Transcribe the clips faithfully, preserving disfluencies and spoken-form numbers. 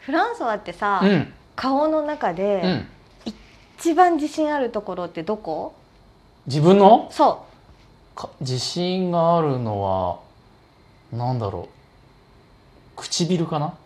フランソワってさ、 うん、 顔の中で、 うん、 一番自信あるところってどこ？ 自分のそか自信があるのはなんだろう、唇かな。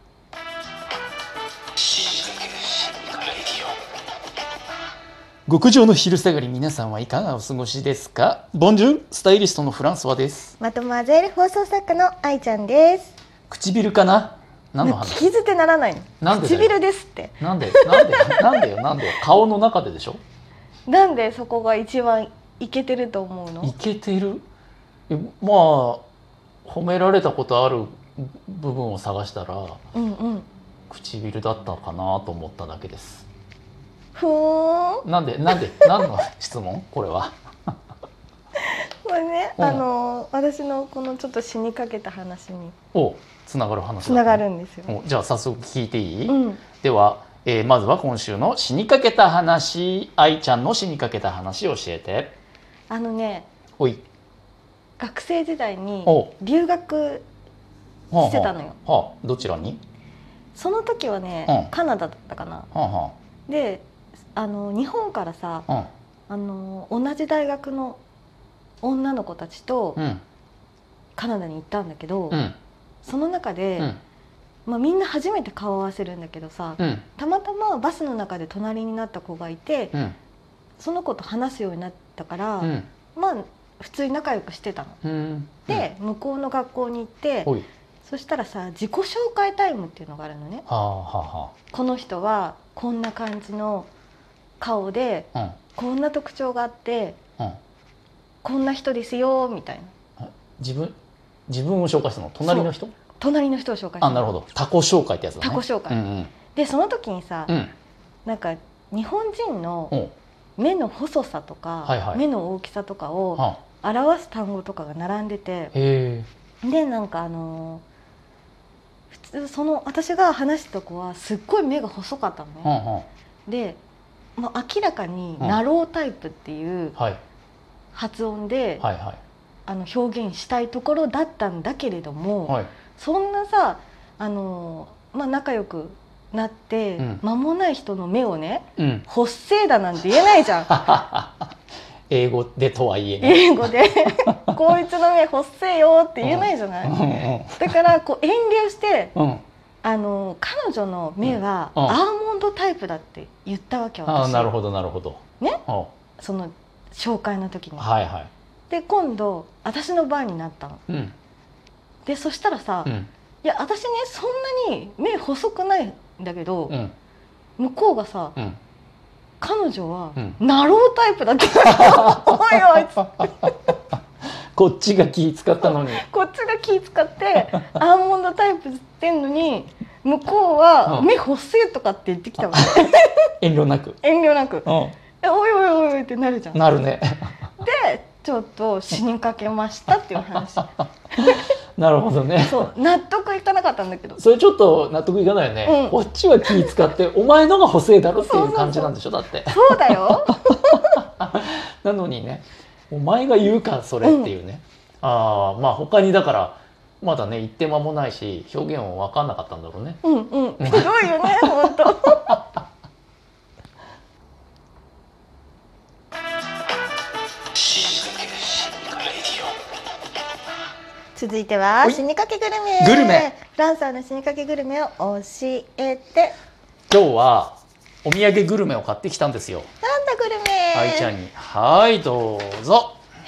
極上の昼下がり、皆さんはいかがお過ごしですか。ボンジュール、スタイリストのフランソワです。 う。マドモアゼル放送作家の愛ちゃんです。 唇かな。何の話？ 聞き捨てならないの。 なんでだよ唇ですって。 なんでなんでなんでよなんでよ顔の中ででしょ。 なんでそこが一番イケてると思うの？ いけてる。えまあ褒められたことある部分を探したら、 うんうん。 唇だったかなと思っただけです。 ふーん。 なんでなんで何の質問これは。 これね、 うん、 あの私のこのちょっと死にかけた話におつながる話だ、ね、 つながるんですよ。 じゃあ早速聞いていい？ うん、 では、えー、まずは今週の死にかけた話、愛ちゃんの死にかけた話を教えて。 あのね、 おい、 学生時代にお留学してたのよ。 はあはあ、どちらに？ その時はね、 うん、 カナダだったかな。 はあはで、あの日本からさ、 あ、うん、 あの同じ大学の女の子たちとうんカナダに行ったんだけど、 うん、 その中で、 うんまあ、みんな初めて顔を合わせるんだけどさ、 うんたまたまバスの中で隣になった子がいて、 うん、 その子と話すようになったから、 うん、 まあ普通に仲良くしてたの。 うん、 で、向こうの学校に行って、 おい、 そしたらさ、自己紹介タイムっていうのがあるのね。 はあはあはこの人はこんな感じの顔で、 あ、うんこんな特徴があって、 うん、 こんな人ですよみたいな。 自分自分を紹介したの？隣の人？ 隣の人を紹介した。 あ、なるほど。他己紹介ってやつだね。 他己紹介、 うんうん、 でその時にさ、 うん、 なんか日本人のお目の細さとか、 はいはい、 目の大きさとかをはあ、 表す単語とかが並んでて、 へえ、 でなんかあのー、普通その私が話した子はすっごい目が細かったのね、 はあはで、まあ、明らかにうんナロータイプっていうあ、はい発音で、 はいはいあの表現したいところだったんだけれども、 はい、 そんなさ、あのーまあ、仲良くなってうん間もない人の目をね、 うん、 ほっせーだなんて言えないじゃん。 英語でとはいえね。 英語でこいつの目ほっせーよって言えないじゃない、 うんうんだからこう遠慮してうん、 あの彼女の目はうんうんアーモンドタイプだって言ったわけ、私。 あ、なるほどなるほどね、 おその紹介の時に。 はいはい、 で今度私の番になったの。 うんでそしたらさ、 うんいや私ねそんなに目細くないんだけど、 うん向こうがさ、 うん彼女はうんナロータイプだって言ったの。おいおいこっちが気使ったのにこっちが気使ってアーモンドタイプってんのに向こうは目細いとかって言ってきたわけ。 遠慮なく、 遠慮なく、 うえおいおいおいおいってなるじゃん。 ん、なるね。 でちょっと死にかけましたっていう話。 なるほどね。 そう納得いかなかったんだけど、 それちょっと納得いかないよね、 うん、 こっちは気使ってお前のが細いだろっていう感じなんでしょ。だってそうだよ。 なのにね、お前が言うかそれっていうね、うん、ああまあ他にだからまだね言って間もないし表現は分かんなかったんだろうね。 うんうんひどいよね本当。続いては死にかけグルメ。 グルメフランスの死にかけグルメを教えて。 今日はお土産グルメを買ってきたんですよ。 なんだグルメ。 愛ちゃんに。はいどうぞ。 えー、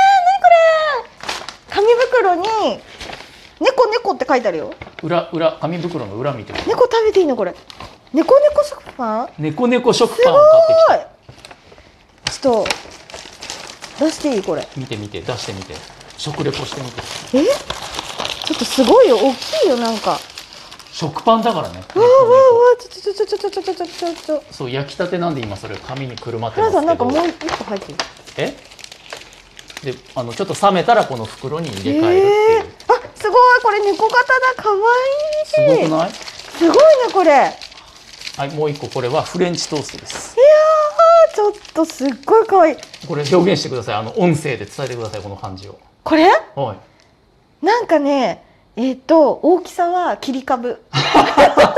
何これ。紙袋に猫猫って書いてあるよ。 裏裏紙袋の裏見てください。 猫食べていいのこれ。猫猫食パン。 猫猫食パンを買ってきた。ちょっと出していいこれ。 見て見て出してみて食レポしてみて。 えちょっとすごいよ大きいよなんか。 食パンだからね。 わあわあわあちょちょちょちょちょちょちょちょちょ。 そう焼きたてなんで今それ紙にくるまってフランますけど。 さんなんかもう一個入ってる。 え？であのちょっと冷めたらこの袋に入れ替えるっていう。 えー、あすごいこれ猫型だかわいい。 すごくない？ すごいねこれ。 はい、もう一個これはフレンチトーストです。 いやーちょっとすっごいかわいい。 これ表現してください。あの音声で伝えてくださいこの感じを。 これ？ はい。 なんかねえっ、ー、と大きさは切り株。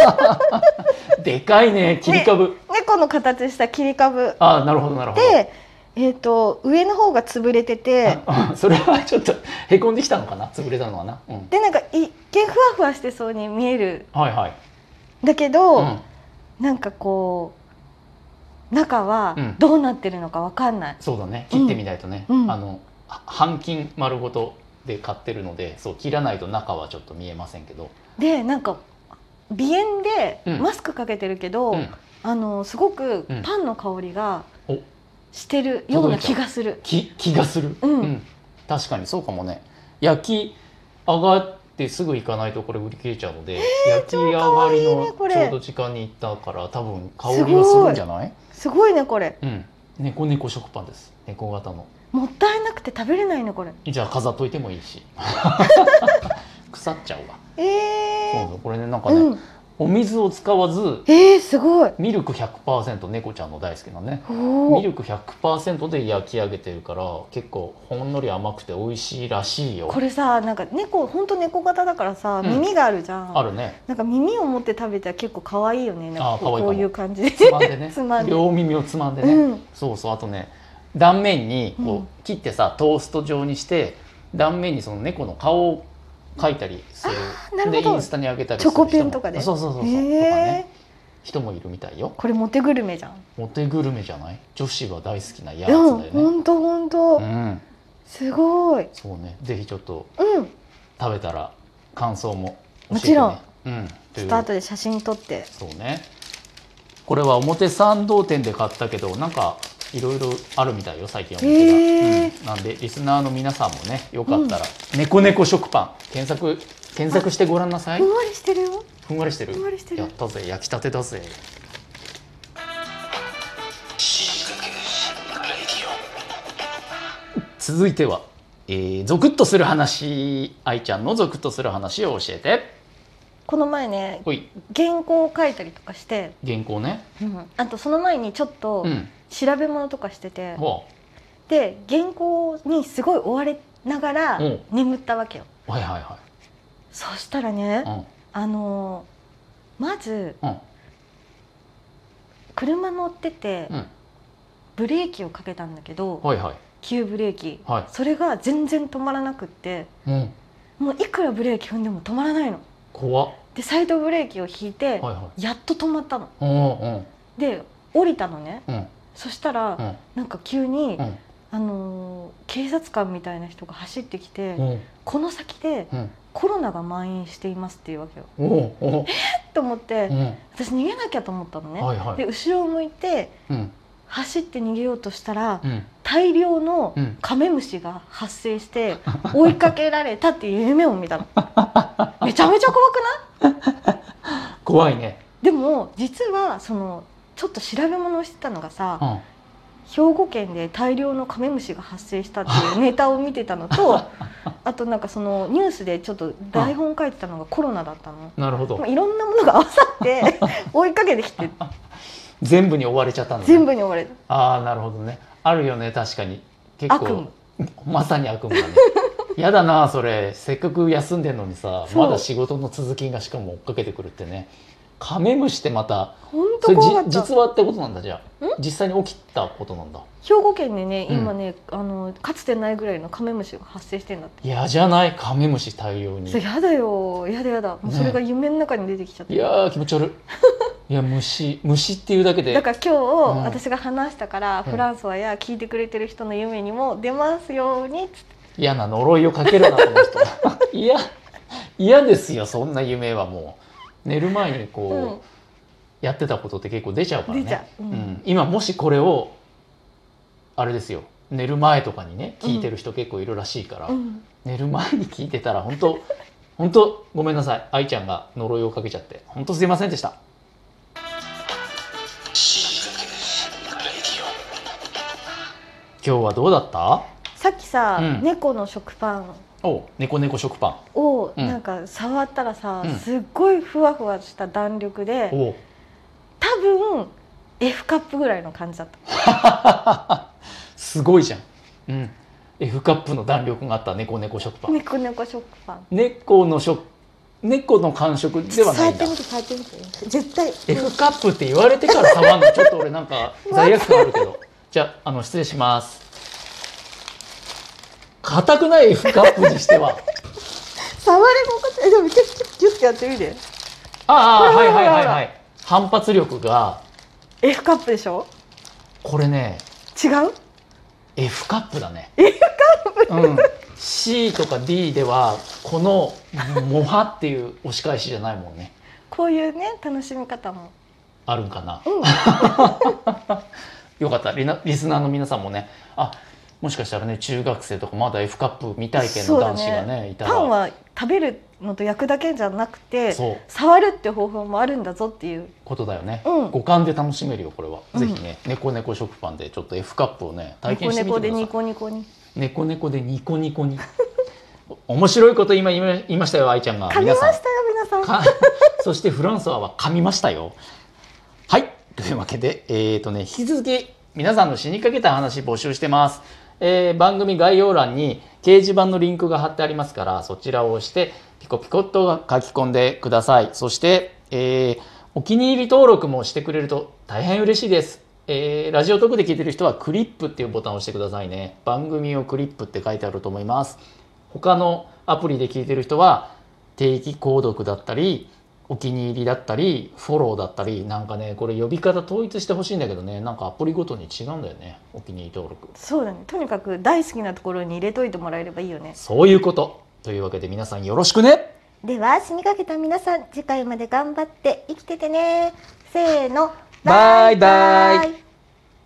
でかいね、切り株。 猫の形した切り株あ、なるほどなるほど。 で、えー、と上の方が潰れてて、 あそれはちょっとへこんできたのかな、潰れたのかな。うん、 でなんか一見ふわふわしてそうに見えるはいはい。 だけど、 うん、 なんかこう中はうんどうなってるのかわかんない、 そうだね、切ってみないとね。 うんあのは半斤丸ごとで買ってるので、そう切らないと中はちょっと見えませんけど。 でなんか鼻炎でうんマスクかけてるけど、 うんあのすごくうんパンの香りがおしてるような気がする。 気気がする、 うん確かにそうかもね。焼き上がってすぐ行かないとこれ売り切れちゃうので、焼き上がりの超可愛いねこれちょうど時間に行ったから多分香りがするんじゃない？ すごいねこれ。 うん、猫猫食パンです。猫型の。 もったいなくて食べれないねこれ。 じゃあ飾っといてもいいし腐っちゃうわ。 えー、 そうそう、これね、なんかね、 うん、 お水を使わずえー、すごい。 ミルク ひゃくパーセント、猫ちゃんの大好きなねおーミルク ひゃくパーセント で焼き上げてるから結構ほんのり甘くて美味しいらしいよ。 これさ、なんか猫ほんと猫型だからさ、 うん耳があるじゃん。 あるね。 なんか耳を持って食べたら結構可愛いよね。なんかあー可愛いかもこういう感じでつまんでねつまんで両耳をつまんでね、 うんそうそう。あとね、断面にこう、 うん切ってさトースト状にして断面にその猫の顔を描いたりする。 あーなるほどでインスタに上げたりするチョコペンとかでそうそうそうそう、 へーとかね、人もいるみたいよ。 これモテグルメじゃん。 モテグルメじゃない？女子が大好きなやうん、 つだよね。 ほんとほんと、 うん、 すごい。 そうね。ぜひちょっとうん、 食べたら感想も教えてね。 もちろん。 うん。というスタートで写真撮って。 そうね。これは表参道店で買ったけど、なんかいろいろあるみたいよ最近お店が。 へーうん、なんでリスナーの皆さんもね、よかったら、猫猫食パン検索検索してごらんなさい。 ふんわりしてるよ。 ふんわりしてる。 ふんわりしてるやったぜ、焼きたてだぜ。続いては、えー、ゾクッとする話、愛ちゃんのゾクッとする話を教えて。 この前ね、 ほい、 原稿を書いたりとかして、 原稿ね。 うん、あとその前にちょっとうん。 調べ物とかしてて、 ほで原稿にすごい追われながらうん眠ったわけよ。 う。はいはいはそしたらね、 い。うんあのーまずうん車乗っててうん。 ブレーキをかけたんだけど、 はいはい。 急ブレーキ、 はい。 それが全然止まらなくって、 うん。 もういくらブレーキ踏んでも止まらないの怖っ。 で、サイドブレーキを引いて、 はいはやっと止まったの。 い。うんうんで降りたのね。 うんそしたら、 うんなんか急に、 うんあのー警察官みたいな人が走ってきて、 うんこの先でうん。 コロナが蔓延していますっていうわけよ。 おおお。 と思って、 うん。 私逃げなきゃと思ったのね。 はいはい。 で後ろを向いてうん走って逃げようとしたら、 うん大量のうん。 カメムシが発生して追いかけられたっていう夢を見たの。めちゃめちゃ怖くない？ 怖いね。 でも実はそのちょっと調べ物をしてたのがさ、 うん。 兵庫県で大量のカメムシが発生したっていうネタを見てたのとあとなんかそのニュースでちょっと台本書いてたのがコロナだったの。 なるほどもう。いろんなものが合わさって追いかけてきて全部に追われちゃったんだね。 全部に追われた。 ああ、なるほどね。あるよね、確かに。結構悪夢。 まさに悪夢だね。やだなそれ。せっかく休んでんのにさ、 そうまだ仕事の続きがしかも追っかけてくるってね。カメムシってまた本それ当怖かった。 じ実話ってことなんだ。じゃあん実際に起きたことなんだ。 兵庫県でねうん今ね、あのかつてないぐらいのカメムシが発生してんだって。 嫌じゃない？カメムシ大量に。 そうやだよやだやだもうそれが夢の中に出てきちゃって、 いやー気持ち悪い。いや虫虫っていうだけで。 だから今日、 うん私が話したから、 うんフランソワや聞いてくれてる人の夢にも出ますようにっつって。 嫌な呪いをかけるなこの人。いや嫌ですよそんな夢は。もう寝る前にこう、 うんやってたことって結構出ちゃうからね。 出ちゃう、うんうん今もしこれをあれですよ、寝る前とかにね聞いてる人結構いるらしいから、 うん寝る前に聞いてたら本当本当ごめんなさい。愛ちゃんが呪いをかけちゃって本当すいませんでした。今日はどうだった？ さっきさ、 うん猫の食パンお猫猫食パをうんなんか触ったらさ、 うんすっごいふわふわした弾力で、 ン。お多分 F カップぐらいの感じだった。 すごいじゃん。うん。F カップの弾力があった猫猫食パン。 猫猫食パン。 猫の食猫の感触ではないんだ。 触ってみて触ってみて絶対 F カップって言われてから触るのちょっと俺なんか罪悪感あるけどじゃあ、あの失礼します。硬くない F カップにしては触れ心地えでもキュッキュッキュッってやってみて。 ああ、 ほらほらはいはいはいほらはい。反発力が F カップでしょ。 これね違う F カップだね。 F カップ、 うん、C とか D ではこのモハっていう押し返しじゃないもんね。 こういうね楽しみ方もあるんかな、 うん、 よかったリナリスナーの皆さんもね、あもしかしたらね中学生とかまだ F カップ未体験の男子が ね, ねいたらパンは食べるのと焼くだけじゃなくてそう触るって方法もあるんだぞっていうことだよね、 うん、 五感で楽しめるよこれは、 うん、 ぜひね猫猫食パンでちょっと F カップをね体験してみてください。 猫猫でニコニコに猫猫でニコニコに面白いこと今言いましたよ愛ちゃんが。 噛みましたよ皆さんかそしてフランソワは噛みましたよ。はいというわけでえーとね引き続き皆さんの死にかけた話募集してます。えー、番組概要欄に掲示板のリンクが貼ってありますからそちらを押してピコピコっと書き込んでください。そして、えー、お気に入り登録もしてくれると大変嬉しいです。えー、ラジオトークで聞いてる人はクリップっていうボタンを押してくださいね。番組をクリップって書いてあると思います。他のアプリで聞いてる人は定期購読だったりお気に入りだったりフォローだったりなんかねこれ呼び方統一してほしいんだけどねなんかアプリごとに違うんだよねお気に入り登録。 そうだねとにかく大好きなところに入れといてもらえればいいよね。 そういうことというわけで皆さんよろしくね。 では死にかけた皆さん次回まで頑張って生きててね。せーのバイバイ。